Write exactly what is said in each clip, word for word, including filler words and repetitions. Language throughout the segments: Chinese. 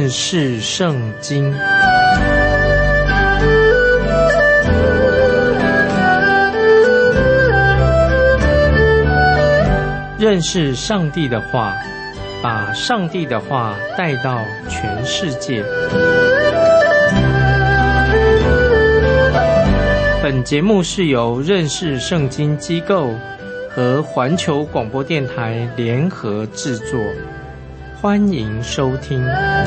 认识圣经。认识上帝的话，把上帝的话带到全世界。本节目是由认识圣经机构和环球广播电台联合制作，欢迎收听。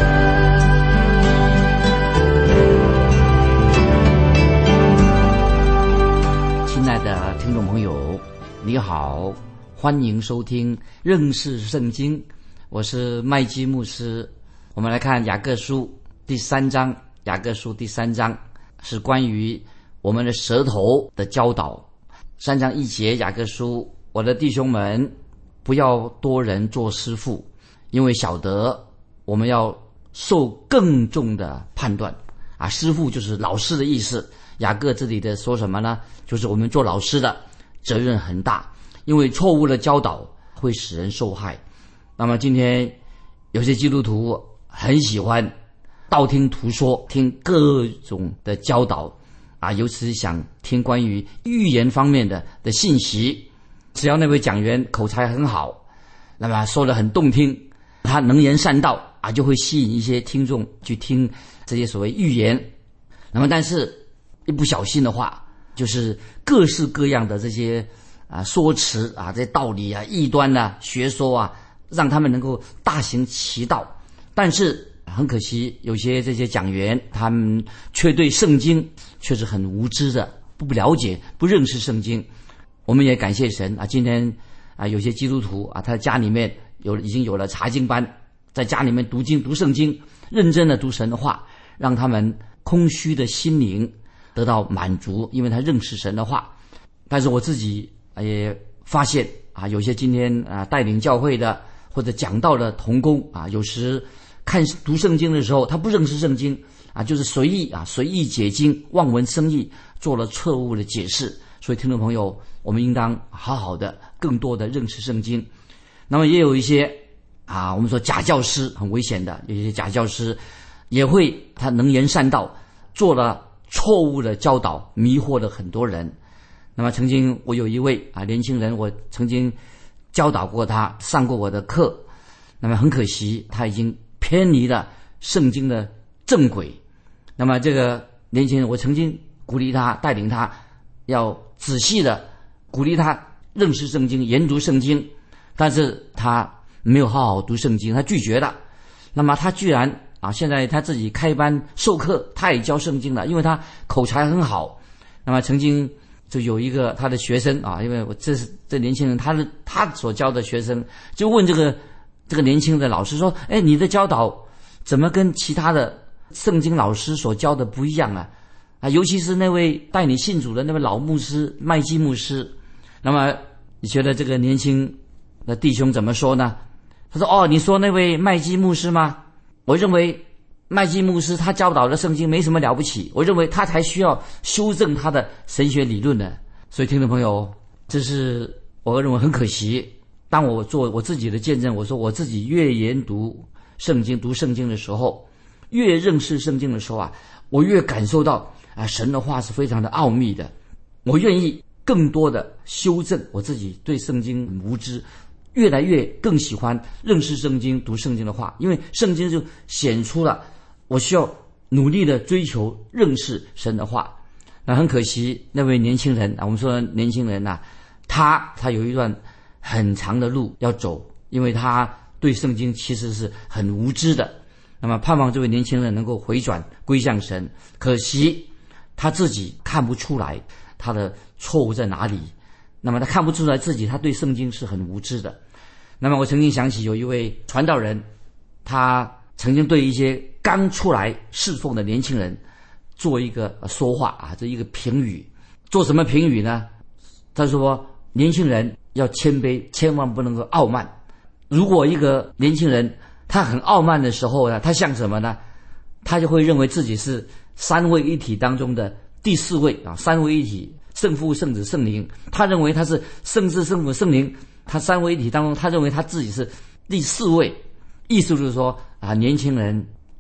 亲爱的听众朋友，你好，欢迎收听认识圣经，我是麦基牧师。我们来看雅各书第三章，雅各书第三章是关于我们的舌头的教导。三章一节，雅各书，我的弟兄们，不要多人做师傅，因为晓得我们要受更重的判断啊。师傅就是老师的意思。雅各这里的说什么呢？就是我们做老师的责任很大，因为错误的教导会使人受害。那么今天有些基督徒很喜欢道听途说，听各种的教导啊，尤其是想听关于预言方面的的信息。只要那位讲员口才很好，那么说得很动听，他能言善道啊，就会吸引一些听众去听这些所谓预言。那么但是一不小心的话，就是各式各样的这些啊说辞啊，这些道理啊、异端啊、学说啊，让他们能够大行其道。但是很可惜，有些这些讲员他们却对圣经却是很无知的，不了解、不认识圣经。我们也感谢神啊，今天啊有些基督徒啊，他家里面有已经有了查经班，在家里面读经、读圣经，认真的读神的话，让他们空虚的心灵得到满足，因为他认识神的话。但是我自己也发现啊，有些今天啊带领教会的或者讲道的同工啊，有时看读圣经的时候，他不认识圣经啊，就是随意啊随意解经，望文生义，做了错误的解释。所以听众朋友，我们应当好好的更多的认识圣经。那么也有一些啊，我们说假教师很危险的，有一些假教师也会他能言善道，做了错误的教导，迷惑了很多人。那么曾经我有一位啊年轻人，我曾经教导过他，上过我的课。那么很可惜，他已经偏离了圣经的正轨。那么这个年轻人，我曾经鼓励他，带领他要仔细的鼓励他认识圣经，研读圣经。但是他没有好好读圣经，他拒绝了。那么他居然啊，现在他自己开班授课，他也教圣经了，因为他口才很好。那么曾经就有一个他的学生啊，因为我这是这年轻人，他的他所教的学生就问这个这个年轻的老师说：“哎，你的教导怎么跟其他的圣经老师所教的不一样啊？啊，尤其是那位带你信主的那位老牧师麦基牧师。”那么你觉得这个年轻的弟兄怎么说呢？他说：“哦，你说那位麦基牧师吗？我认为麦基牧师他教导的圣经没什么了不起，我认为他才需要修正他的神学理论呢。”所以听众朋友，这是我认为很可惜。当我做我自己的见证，我说我自己越研读圣经、读圣经的时候，越认识圣经的时候啊，我越感受到啊，神的话是非常的奥秘的。我愿意更多的修正我自己对圣经无知，越来越更喜欢认识圣经、读圣经的话，因为圣经就显出了我需要努力的追求认识神的话。那很可惜，那位年轻人啊，我们说年轻人啊，他他有一段很长的路要走，因为他对圣经其实是很无知的。那么盼望这位年轻人能够回转归向神，可惜他自己看不出来他的错误在哪里。那么他看不出来自己他对圣经是很无知的。那么我曾经想起有一位传道人，他曾经对一些刚出来侍奉的年轻人做一个说话啊，这一个评语。做什么评语呢？他说年轻人要谦卑，千万不能够傲慢。如果一个年轻人他很傲慢的时候呢，他像什么呢？他就会认为自己是三位一体当中的第四位啊，三位一体，圣父、圣子、圣灵。他认为他是圣子、圣父、圣灵，他三位一体当中，他认为他自己是第四位。意思就是说啊，年轻人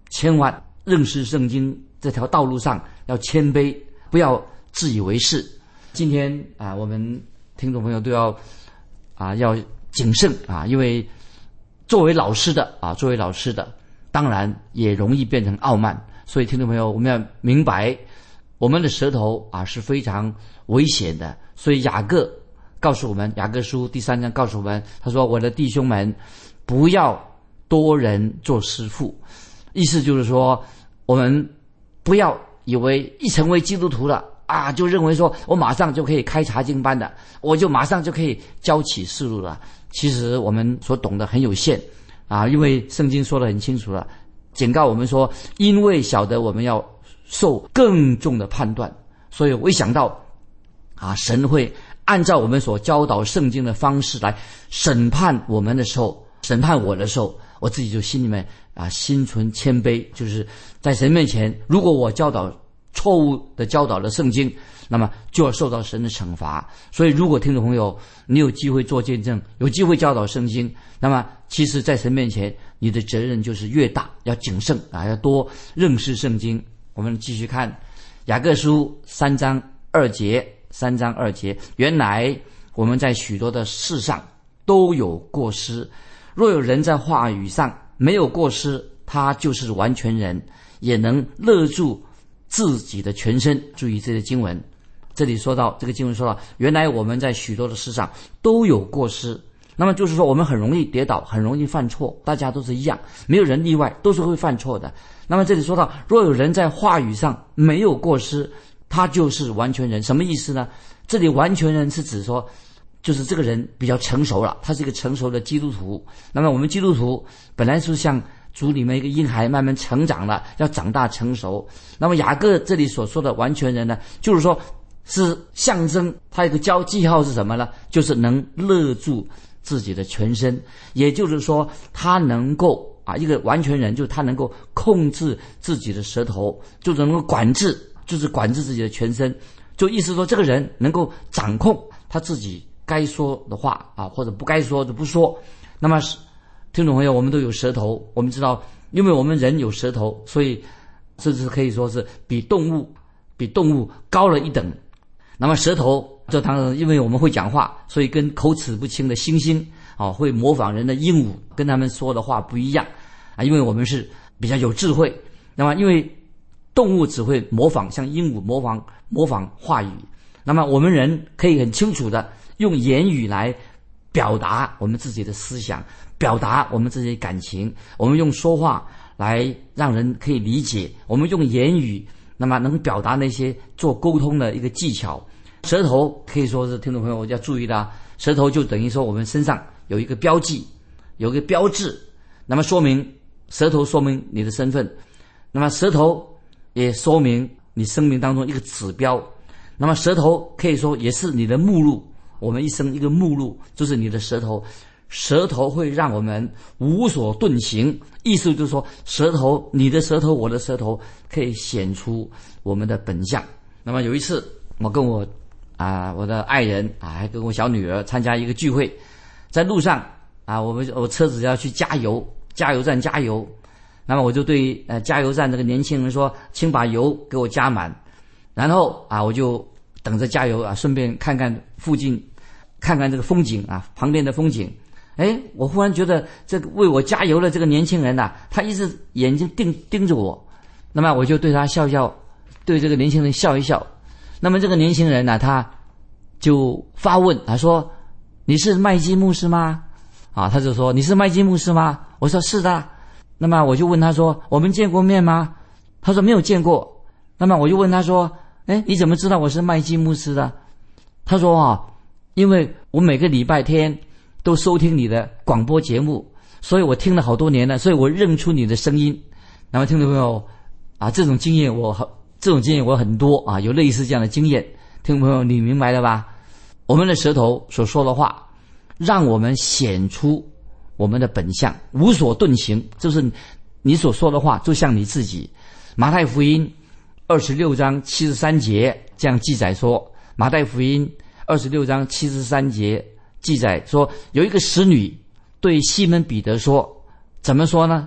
千万认识圣经这条道路上要谦卑，不要自以为是。今天啊，我们听众朋友都要啊要谨慎啊，因为作为老师的啊，作为老师的，当然也容易变成傲慢。所以听众朋友，我们要明白，我们的舌头啊是非常危险的。所以雅各告诉我们，雅各书第三章告诉我们，他说：“我的弟兄们，不要多人做师傅。”意思就是说，我们不要以为一成为基督徒了啊，就认为说我马上就可以开查经班的，我就马上就可以教启示录了。其实我们所懂得很有限啊，因为圣经说得很清楚了，警告我们说，因为晓得我们要受更重的判断，所以我一想到啊，神会按照我们所教导圣经的方式来审判我们的时候，审判我的时候，我自己就心里面啊心存谦卑，就是在神面前，如果我教导错误的教导了圣经，那么就要受到神的惩罚。所以如果听众朋友你有机会做见证，有机会教导圣经，那么其实在神面前你的责任就是越大，要谨慎啊，要多认识圣经。我们继续看雅各书三章二节，三章二节，原来我们在许多的事上都有过失，若有人在话语上没有过失，他就是完全人，也能勒住自己的全身。注意这些经文，这里说到，这个经文说到，原来我们在许多的事上都有过失。那么就是说，我们很容易跌倒，很容易犯错，大家都是一样，没有人例外，都是会犯错的。那么这里说到，若有人在话语上没有过失，他就是完全人。什么意思呢？这里完全人是指说，就是这个人比较成熟了，他是一个成熟的基督徒。那么我们基督徒本来是像主里面一个婴孩慢慢成长了，要长大成熟。那么雅各这里所说的完全人呢，就是说是象征他一个交记号是什么呢？就是能勒住自己的全身，也就是说他能够啊，一个完全人就是他能够控制自己的舌头，就是能够管制，就是管制自己的全身。就意思说这个人能够掌控他自己该说的话啊，或者不该说就不说。那么听众朋友，我们都有舌头，我们知道，因为我们人有舌头，所以甚至可以说是比动物比动物高了一等。那么舌头这当然因为我们会讲话，所以跟口齿不清的猩猩啊，会模仿人的鹦鹉，跟他们说的话不一样啊，因为我们是比较有智慧。那么因为动物只会模仿，像鹦鹉模仿模仿话语，那么我们人可以很清楚的用言语来表达我们自己的思想，表达我们自己的感情，我们用说话来让人可以理解，我们用言语那么能表达那些做沟通的一个技巧。舌头可以说是听众朋友要注意的啊，舌头就等于说我们身上有一个标记，有一个标志，那么说明舌头说明你的身份，那么舌头也说明你生命当中一个指标，那么舌头可以说也是你的目录，我们一生一个目录就是你的舌头。舌头会让我们无所遁形，意思就是说舌头，你的舌头我的舌头可以显出我们的本相。那么有一次我跟我啊我的爱人啊还跟我小女儿参加一个聚会，在路上啊我们我车子要去加油，加油站加油，那么我就对呃加油站这个年轻人说，请把油给我加满，然后啊我就等着加油啊，顺便看看附近，看看这个风景啊，旁边的风景。哎，我忽然觉得这个为我加油的这个年轻人呐、啊，他一直眼睛盯盯着我，那么我就对他笑笑，对这个年轻人笑一笑。那么这个年轻人呢、啊，他就发问，他说：“你是麦基牧师吗？”啊，他就说：“你是麦基牧师吗？”我说：“是的。”那么我就问他说：“我们见过面吗？”他说：“没有见过。”那么我就问他说：“哎，你怎么知道我是麦基牧师的？”他说：“啊，因为我每个礼拜天都收听你的广播节目，所以我听了好多年了，所以我认出你的声音。”那么听众朋友啊，这种经验我很这种经验我很多啊，有类似这样的经验。听众朋友，你明白了吧？我们的舌头所说的话，让我们显出我们的本相，无所遁形，就是你所说的话就像你自己。马太福音二十六章七十三节这样记载说，马太福音二十六章七十三节记载说，有一个使女对西门彼得说，怎么说呢？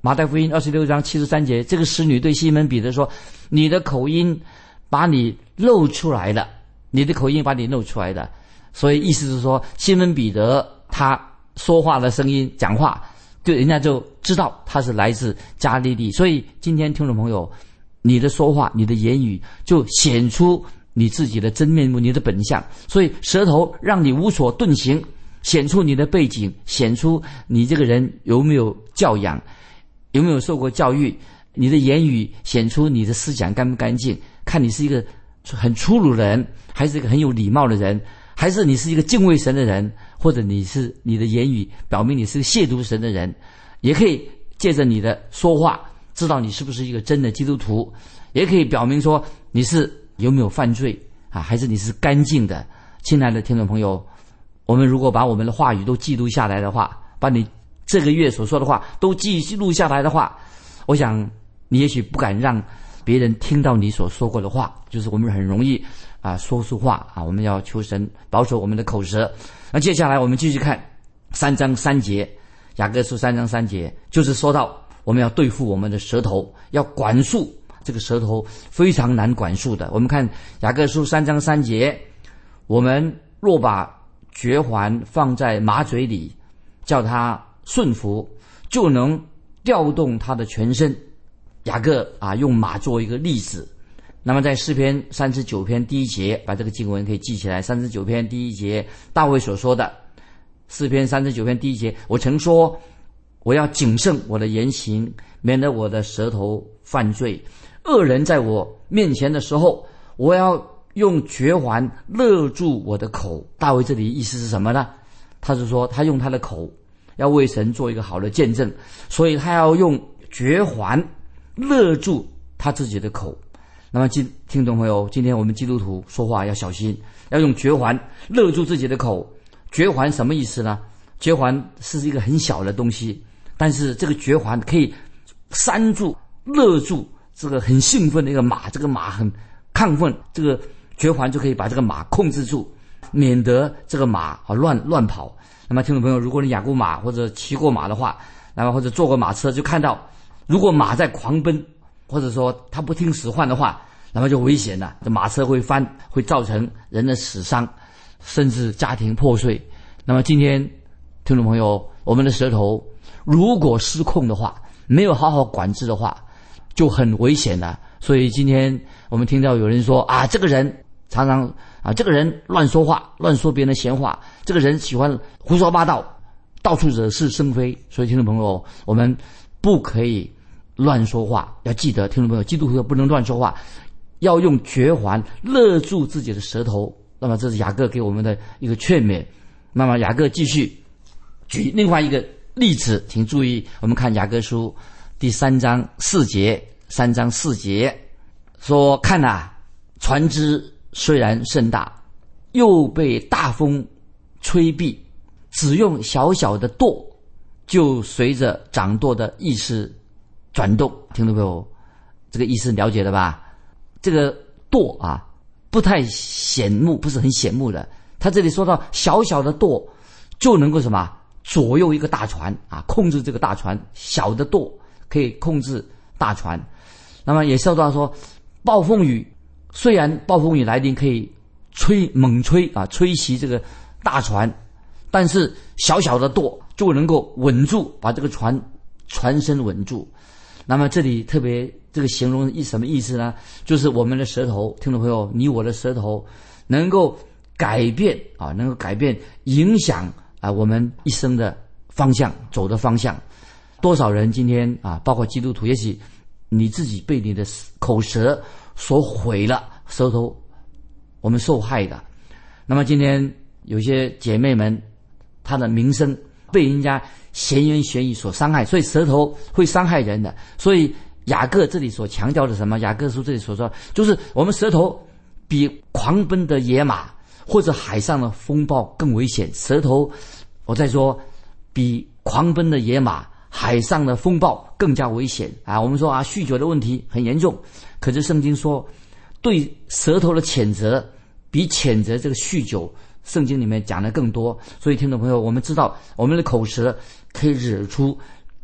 马太福音二十六章七十三节，这个使女对西门彼得说，你的口音把你露出来了，你的口音把你露出来的。所以意思是说，西门彼得他说话的声音讲话，对人家就知道他是来自加利利。所以今天听众朋友，你的说话你的言语就显出你自己的真面目，你的本相。所以舌头让你无所遁形，显出你的背景，显出你这个人有没有教养，有没有受过教育。你的言语显出你的思想干不干净，看你是一个很粗鲁的人，还是一个很有礼貌的人，还是你是一个敬畏神的人，或者你是你的言语表明你是个亵渎神的人。也可以借着你的说话知道你是不是一个真的基督徒，也可以表明说你是有没有犯罪啊，还是你是干净的。亲爱的听众朋友，我们如果把我们的话语都记录下来的话，把你这个月所说的话都记录下来的话，我想你也许不敢让别人听到你所说过的话，就是我们很容易啊说出话啊，我们要求神保守我们的口舌。那接下来我们继续看三章三节，雅各书三章三节，就是说到我们要对付我们的舌头，要管束这个舌头，非常难管束的。我们看雅各书三章三节，我们若把嚼环放在马嘴里，叫它顺服，就能调动它的全身。雅各啊，用马做一个例子。那么在诗篇三十九篇第一节，把这个经文可以记起来。三十九篇第一节，大卫所说的，诗篇三十九篇第一节，我曾说，我要谨慎我的言行，免得我的舌头犯罪。恶人在我面前的时候，我要用嚼环勒住我的口。大卫这里意思是什么呢？他是说他用他的口要为神做一个好的见证，所以他要用嚼环勒住他自己的口。那么听听众朋友，今天我们基督徒说话要小心，要用嚼环勒住自己的口。嚼环什么意思呢？嚼环是一个很小的东西，但是这个嚼环可以拴住勒住这个很兴奋的一个马，这个马很亢奋，这个嚼环就可以把这个马控制住，免得这个马啊乱乱跑。那么听众朋友，如果你养过马或者骑过马的话，那么或者坐过马车，就看到如果马在狂奔，或者说它不听使唤的话，那么就危险了，这马车会翻，会造成人的死伤，甚至家庭破碎。那么今天听众朋友，我们的舌头如果失控的话，没有好好管制的话，就很危险了。所以今天我们听到有人说啊，这个人常常啊，这个人乱说话，乱说别人的闲话，这个人喜欢胡说八道，到处惹是生非。所以听众朋友，我们不可以乱说话，要记得听众朋友，基督徒不能乱说话，要用嚼环勒住自己的舌头。那么这是雅各给我们的一个劝勉。那么雅各继续举另外一个例子，请注意，我们看雅各书第三章四节，三章四节说，看啊，船只虽然甚大，又被大风吹避，只用小小的舵，就随着掌舵的意思转动。听众朋友，这个意思了解了吧？这个舵啊，不太显目，不是很显目的。他这里说到小小的舵就能够什么左右一个大船啊，控制这个大船，小的舵可以控制大船。那么也说到说，暴风雨虽然暴风雨来临可以吹猛吹啊，吹袭这个大船，但是小小的舵就能够稳住，把这个船船身稳住。那么这里特别这个形容意什么意思呢？就是我们的舌头，听众朋友，你我的舌头能够改变啊，能够改变影响啊我们一生的方向，走的方向。多少人今天啊，包括基督徒，也许你自己被你的口舌所毁了，舌头我们受害的。那么今天有些姐妹们，她的名声被人家闲言闲语所伤害，所以舌头会伤害人的。所以雅各这里所强调的什么？雅各书这里所说，就是我们舌头比狂奔的野马或者海上的风暴更危险。舌头，我再说，比狂奔的野马、海上的风暴更加危险啊！我们说啊，酗酒的问题很严重，可是圣经说，对舌头的谴责比谴责这个酗酒，圣经里面讲的更多。所以听众朋友，我们知道我们的口舌可以惹出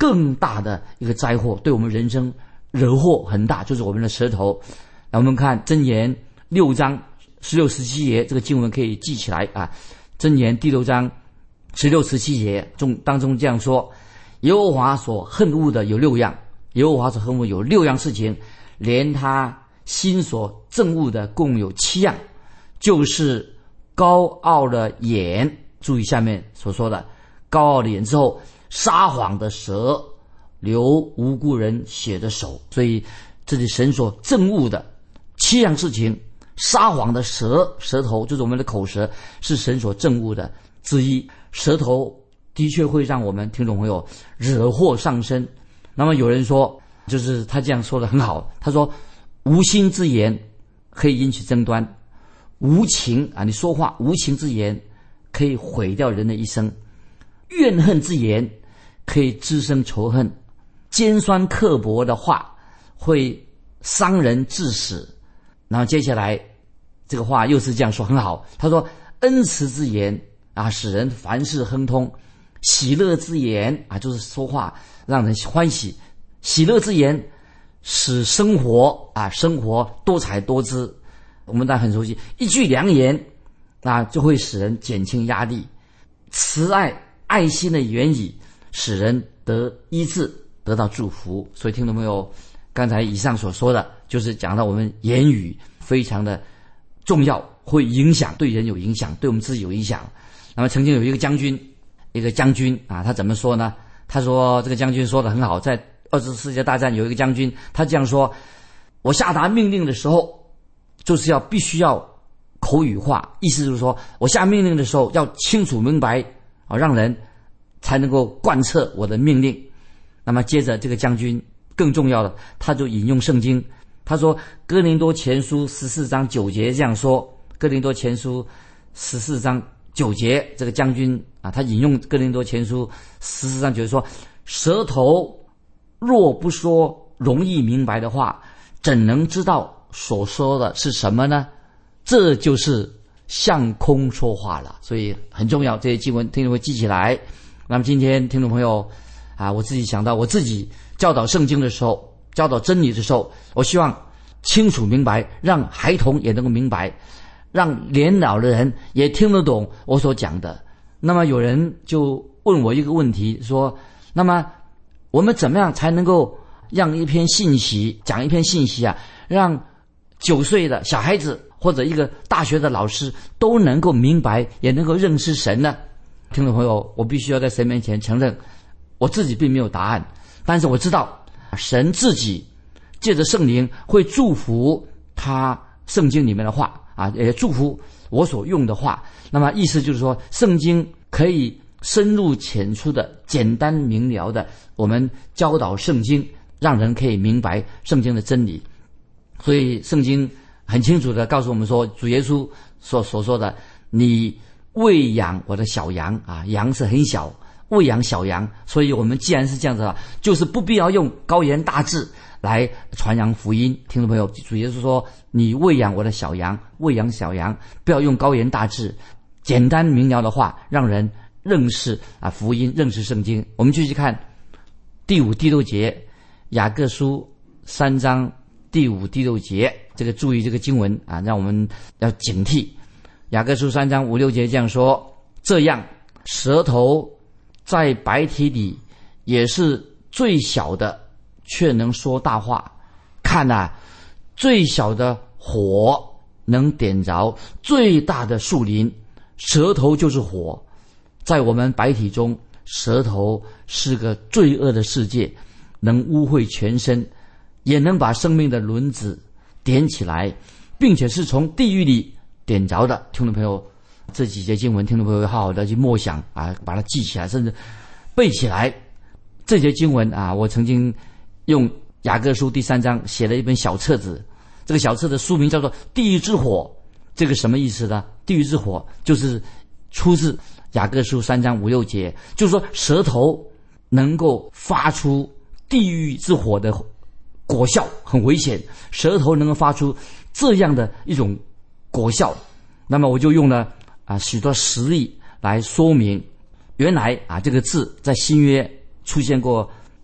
更大的一个灾祸，对我们人生惹祸很大，就是我们的舌头。那我们看箴言六章十六十七节，这个经文可以记起来啊。箴言第六章十六十七节中当中这样说：耶和华所恨恶的有六样，耶和华所恨恶有六样事情，连他心所憎恶的共有七样，就是高傲的眼。注意下面所说的高傲的眼之后，撒谎的舌，流无辜人血的手。所以这是神所憎恶的七样事情。撒谎的舌，舌头就是我们的口舌，是神所憎恶的之一。舌头的确会让我们听众朋友惹祸上身。那么有人说，就是他这样说的很好，他说无心之言可以引起争端，无情啊，你说话无情之言可以毁掉人的一生，怨恨之言可以滋生仇恨，尖酸刻薄的话会伤人致死。然后接下来这个话又是这样说，很好，他说恩慈之言啊，使人凡事亨通，喜乐之言啊，就是说话让人欢喜，喜乐之言使生活啊生活多彩多姿。我们大家很熟悉，一句良言啊就会使人减轻压力，慈爱爱心的言语使人得医治，得到祝福。所以听众朋友，刚才以上所说的就是讲到我们言语非常的重要，会影响，对人有影响，对我们自己有影响。那么曾经有一个将军，一个将军啊，他怎么说呢？他说这个将军说得很好，在二次世界大战有一个将军，他这样说：我下达命令的时候就是要必须要口语化，意思就是说我下命令的时候要清楚明白啊，让人才能够贯彻我的命令。那么接着这个将军更重要的，他就引用圣经，他说哥林多前书十四章九节这样说，哥林多前书十四章九节，这个将军啊，他引用哥林多前书十四章九节说，舌头若不说容易明白的话，怎能知道所说的是什么呢？这就是向空说话了。所以很重要，这些经文听众会记起来。那么今天听众朋友啊，我自己想到我自己教导圣经的时候，教导真理的时候，我希望清楚明白，让孩童也能够明白，让年老的人也听得懂我所讲的。那么有人就问我一个问题，说那么我们怎么样才能够让一篇信息讲一篇信息啊，让九岁的小孩子或者一个大学的老师都能够明白，也能够认识神呢？听众朋友，我必须要在神面前承认，我自己并没有答案，但是我知道神自己借着圣灵会祝福他圣经里面的话啊，也祝福我所用的话。那么意思就是说，圣经可以深入浅出的、简单明了的，我们教导圣经，让人可以明白圣经的真理。所以圣经很清楚的告诉我们说，主耶稣所所说的，你喂养我的小羊啊，羊是很小，喂养小羊。所以我们既然是这样子了，就是不必要用高言大志来传扬福音。听众朋友，主耶稣说，你喂养我的小羊，喂养小羊，不要用高言大志，简单明了的话，让人认识啊福音，认识圣经。我们继续看第五、第六节，雅各书三章第五、第六节，这个注意这个经文啊，让我们要警惕。雅各书三章五六节这样说：这样，舌头在白体里也是最小的，却能说大话。看啊，最小的火能点着最大的树林，舌头就是火。在我们白体中，舌头是个罪恶的世界，能污秽全身，也能把生命的轮子点起来，并且是从地狱里点着的。听众朋友，这几节经文听众朋友好好的去默想啊，把它记起来，甚至背起来。这节经文啊，我曾经用雅各书第三章写了一本小册子，这个小册的书名叫做《地狱之火》。这个什么意思呢？地狱之火就是出自雅各书三章五六节，就是说舌头能够发出地狱之火的果效，很危险。舌头能够发出这样的一种果效，那么我就用了啊许多实例来说明。原来啊这个字在新约出现过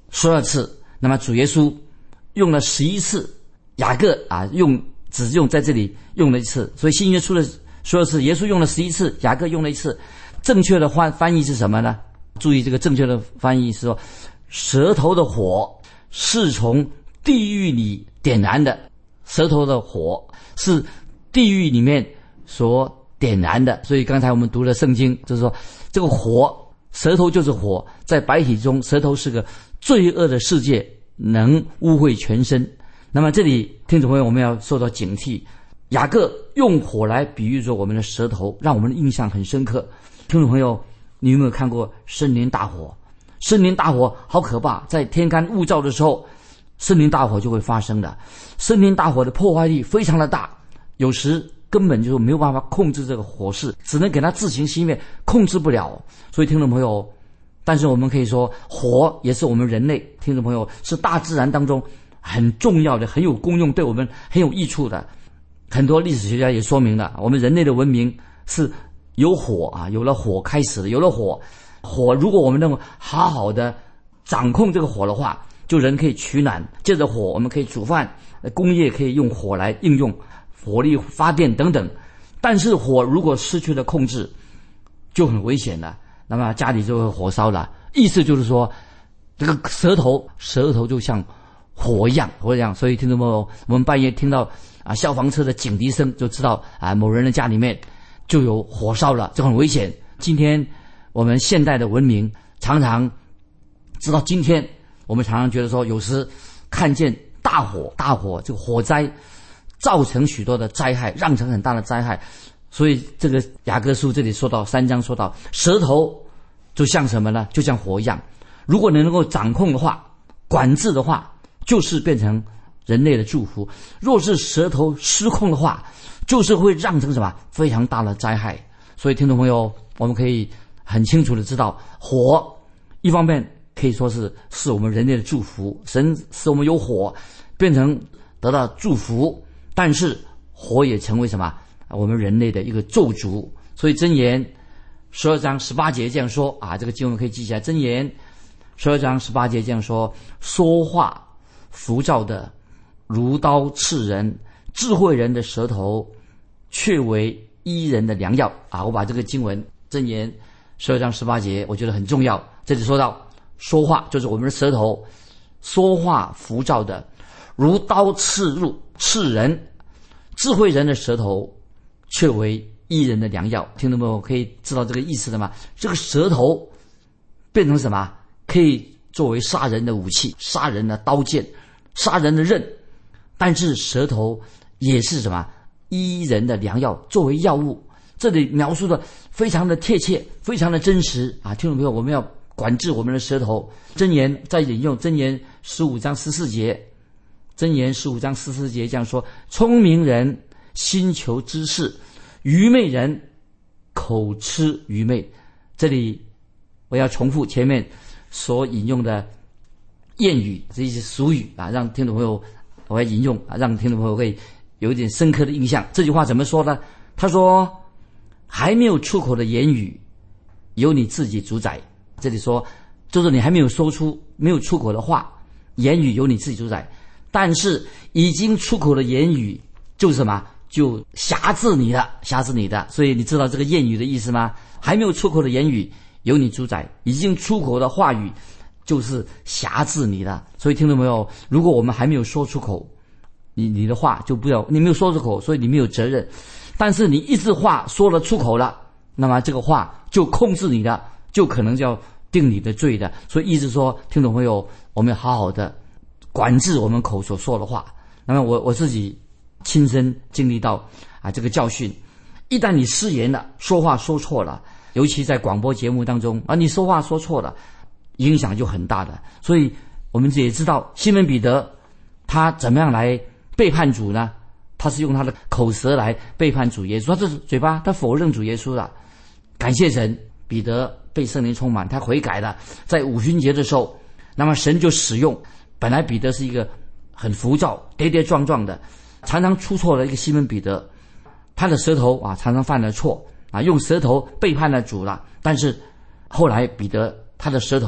十二次，那么主耶稣用了十一次，雅各啊用只用在这里用了一次，所以新约出了十二次，耶稣用了十一次，雅各用了一次。正确的翻翻译是什么呢？注意这个正确的翻译是说，舌头的火是从地狱里点燃的，舌头的火是地狱里面所点燃的。所以刚才我们读了圣经，就是说这个火，舌头就是火，在白体中，舌头是个罪恶的世界，能污秽全身。那么这里听众朋友，我们要受到警惕，雅各用火来比喻着我们的舌头，让我们的印象很深刻。听众朋友，你有没有看过森林大火？森林大火好可怕，在天干物燥的时候，森林大火就会发生的。森林大火的破坏力非常的大，有时根本就没有办法控制这个火势，只能给它自行熄灭，控制不了。所以听众朋友，但是我们可以说，火也是我们人类，听众朋友，是大自然当中很重要的，很有功用，对我们很有益处的。很多历史学家也说明了，我们人类的文明是有火啊，有了火开始的，有了火，火如果我们能够好好的掌控这个火的话，就人可以取暖，借着火我们可以煮饭，工业可以用火来应用，火力发电等等。但是火如果失去了控制，就很危险了，那么家里就会火烧了。意思就是说，这个舌头，舌头就像火一样，火一样。所以听众朋友，我们半夜听到啊消防车的警笛声，就知道啊某人的家里面就有火烧了，这很危险。今天我们现代的文明常常直到今天，我们常常觉得说，有时看见大火，大火这个火灾造成许多的灾害，酿成很大的灾害。所以这个雅各书这里说到三章说到，舌头就像什么呢？就像火一样，如果你能够掌控的话，管制的话，就是变成人类的祝福；若是舌头失控的话，就是会酿成什么非常大的灾害。所以听众朋友，我们可以很清楚的知道，火一方面可以说是是我们人类的祝福，神使我们有火变成得到祝福，但是火也成为什么我们人类的一个咒诅。所以箴言十二章十八节这样说啊，这个经文可以记起来。箴言十二章十八节这样说，说话浮躁的如刀刺人，智慧人的舌头却为医人的良药啊！我把这个经文箴言十二章十八节我觉得很重要。这里说到说话就是我们的舌头，说话浮躁的如刀刺入刺人，智慧人的舌头却为医人的良药。听众朋友可以知道这个意思的吗？这个舌头变成什么？可以作为杀人的武器，杀人的刀剑，杀人的刃。但是舌头也是什么？医人的良药，作为药物。这里描述的非常的贴切，非常的真实啊！听众朋友，我们要管制我们的舌头。箴言再引用箴言十五章十四节，箴言十五章十四节这样说：聪明人心求知识，愚昧人口吃愚昧。这里我要重复前面所引用的谚语，这些俗语啊，让听众朋友我要引用啊，让听众朋友会有一点深刻的印象。这句话怎么说呢？他说，还没有出口的言语由你自己主宰。这里说就是你还没有说出没有出口的话，言语由你自己主宰。但是已经出口的言语就是什么？就辖制你的，辖制你的。所以你知道这个谚语的意思吗？还没有出口的言语由你主宰，已经出口的话语就是辖制你的。所以听众朋友，如果我们还没有说出口，你你的话就不要，你没有说出口，所以你没有责任。但是你一字话说了出口了，那么这个话就控制你的，就可能就要定你的罪的。所以意思说，听众朋友，我们要好好的管制我们口所说的话。那么我我自己亲身经历到啊这个教训，一旦你失言了，说话说错了，尤其在广播节目当中啊，你说话说错了，影响就很大的。所以我们也知道西门彼得他怎么样来背叛主呢？他是用他的口舌来背叛主耶稣，他这嘴巴他否认主耶稣了。感谢神，彼得被圣灵充满，他悔改了。在五旬节的时候，那么神就使用本来彼得是一个很浮躁跌跌撞撞的常常出错的一个西门彼得，他的舌头啊常常犯了错啊，用舌头背叛了主了。但是后来彼得他的舌头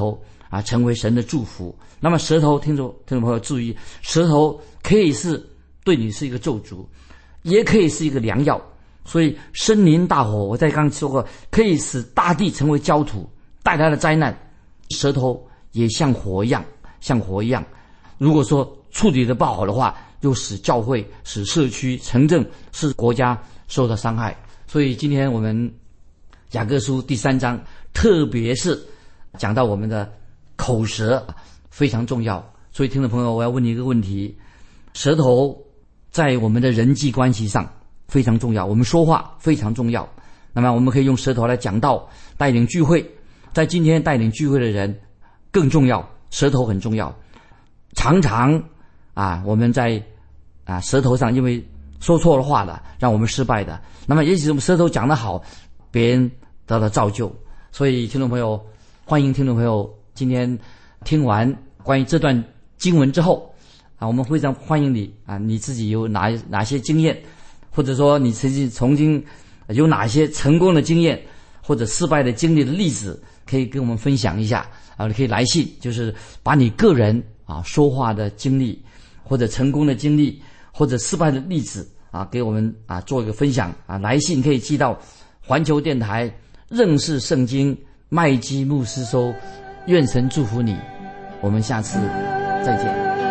啊成为神的祝福。那么舌头，听众听众朋友注意，舌头可以是对你是一个咒诅，也可以是一个良药。所以森林大火，我在刚刚说过，可以使大地成为焦土，带来的灾难。舌头也像火一样，像火一样。如果说处理的不好的话，就使教会、使社区、城镇、使国家受到伤害。所以今天我们雅各书第三章，特别是讲到我们的口舌非常重要。所以听众朋友，我要问你一个问题：舌头在我们的人际关系上非常重要，我们说话非常重要。那么我们可以用舌头来讲道、带领聚会。在今天带领聚会的人更重要，舌头很重要。常常啊，我们在啊舌头上因为说错了话了，让我们失败的。那么也许我们舌头讲得好，别人得到造就。所以听众朋友，欢迎听众朋友今天听完关于这段经文之后啊，我们非常欢迎你啊，你自己有哪哪些经验，或者说你曾经曾经有哪些成功的经验或者失败的经历的例子，可以跟我们分享一下啊，你可以来信，就是把你个人啊说话的经历，或者成功的经历，或者失败的例子啊，给我们啊做一个分享啊。来信可以寄到环球电台认识圣经麦基牧师收。愿神祝福你，我们下次再见。